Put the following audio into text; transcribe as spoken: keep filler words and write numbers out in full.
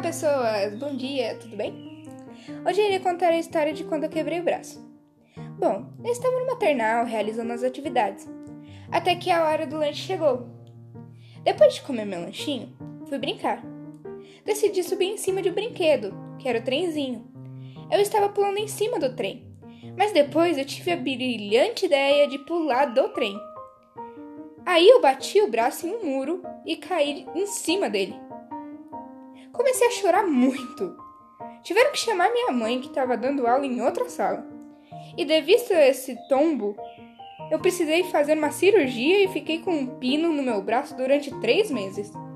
pessoas! Bom dia, tudo bem? Hoje eu irei contar a história de quando eu quebrei o braço. Bom, eu estava no maternal realizando as atividades, até que a hora do lanche chegou. Depois de comer meu lanchinho, fui brincar. Decidi subir em cima de um brinquedo, que era o trenzinho. Eu estava pulando em cima do trem, mas depois eu tive a brilhante ideia de pular do trem. Aí eu bati o braço em um muro e caí em cima dele. Comecei a chorar muito. Tiveram que chamar minha mãe, que estava dando aula em outra sala. E devido a esse tombo, eu precisei fazer uma cirurgia e fiquei com um pino no meu braço durante três meses.